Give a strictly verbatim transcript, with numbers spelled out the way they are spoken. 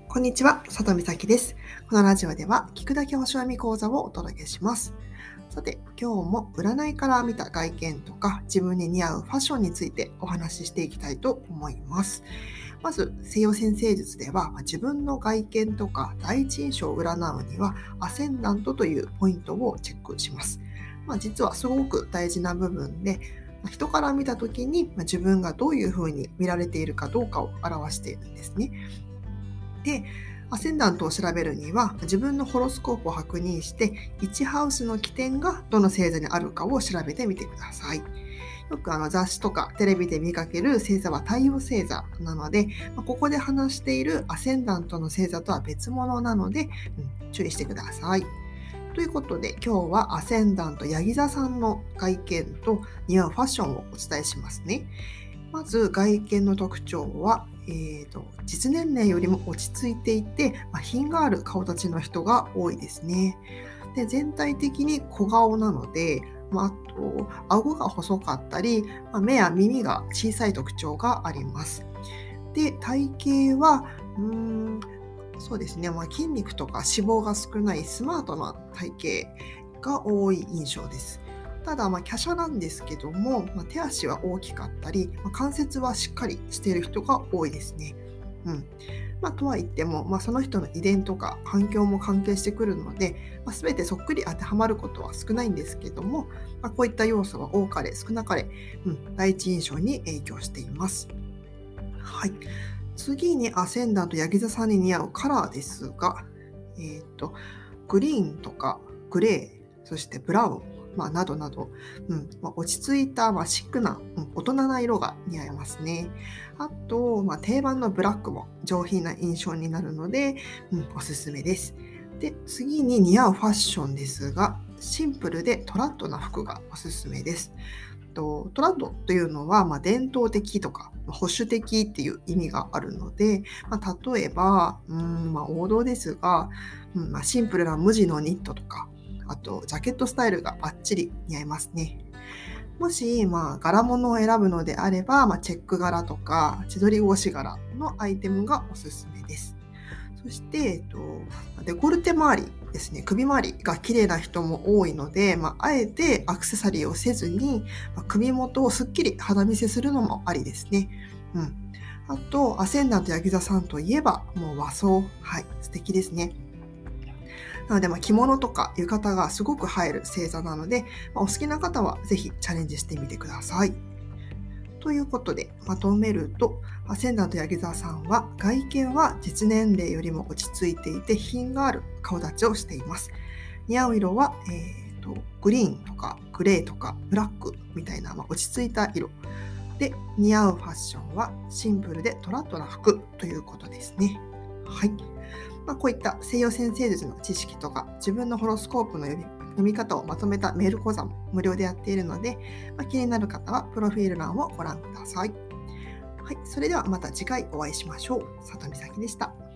こんにちは、佐藤美咲です。このラジオでは聞くだけ星読み講座をお届けします。さて、今日も占いから見た外見とか自分に似合うファッションについてお話ししていきたいと思います。まず、西洋占星術では自分の外見とか第一印象を占うにはアセンダントというポイントをチェックします。まあ、実はすごく大事な部分で、人から見た時に自分がどういうふうに見られているかどうかを表しているんですね。で、アセンダントを調べるには自分のホロスコープを確認していちハウスの起点がどの星座にあるかを調べてみてください。よくあの雑誌とかテレビで見かける星座は太陽星座なので、ここで話しているアセンダントの星座とは別物なので、うん、注意してください。ということで今日はアセンダントヤギ座さんの外見と似合うファッションをお伝えしますね。まず外見の特徴は、えーと、実年齢よりも落ち着いていて、まあ、品がある顔立ちの人が多いですね。で、全体的に小顔なので、まあ、あと顎が細かったり、まあ、目や耳が小さい特徴があります。で、体型はうーんそうですね、まあ、筋肉とか脂肪が少ないスマートな体型が多い印象です。ただ、まあ、華奢なんですけども、まあ、手足は大きかったり、まあ、関節はしっかりしている人が多いですね。うんまあ、とは言っても、まあ、その人の遺伝とか環境も関係してくるので、まあ、全てそっくり当てはまることは少ないんですけども、まあ、こういった要素は多かれ少なかれ、うん、第一印象に影響しています。はい、次にアセンダントヤギ座さんに似合うカラーですが、えーと、グリーンとかグレー、そしてブラウン、まあ、などなど、うんまあ、落ち着いた、まあ、シックな、うん、大人な色が似合いますね。あと、まあ、定番のブラックも上品な印象になるので、うん、おすすめです。で、次に似合うファッションですが、シンプルでトラッドな服がおすすめです。トラッドというのは、まあ、伝統的とか保守的っていう意味があるので、まあ、例えばうん、まあ、王道ですが、うんまあ、シンプルな無地のニットとか、あとジャケットスタイルがバッチリ似合いますね。もし、まあ、柄物を選ぶのであれば、まあ、チェック柄とか千鳥格子柄のアイテムがおすすめです。そして、えっと、デコルテ周りですね、首周りが綺麗な人も多いので、まあ、あえてアクセサリーをせずに、まあ、首元をすっきり肌見せするのもありですね。うん。あと、アセンダントヤギ座さんといえば、もう和装。はい、素敵ですね。なので、まあ、着物とか浴衣がすごく映える星座なので、まあ、お好きな方はぜひチャレンジしてみてください。ということで、まとめると、アセンダントヤギ座さんは外見は実年齢よりも落ち着いていて品がある顔立ちをしています。似合う色は、えーと、グリーンとかグレーとかブラックみたいな、まあ、落ち着いた色で、似合うファッションはシンプルでトラッドな服ということですね。はい。まあ、こういった西洋占星術の知識とか自分のホロスコープの読み読み方をまとめたメール講座も無料でやっているので、まあ、気になる方はプロフィール欄をご覧ください。はい、それではまた次回お会いしましょう。佐藤美咲でした。